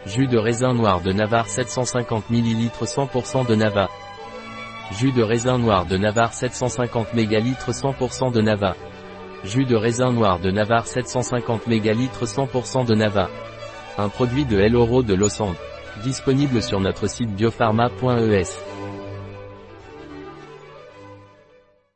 Jus de raisin noir de Navarre 750 ml 100% de Nava. Jus de raisin noir de Navarre 750 ml 100% de Nava. Jus de raisin noir de Navarre 750 ml 100% de Nava. Un produit de El Oro de Lossand. Disponible sur notre site biopharma.es.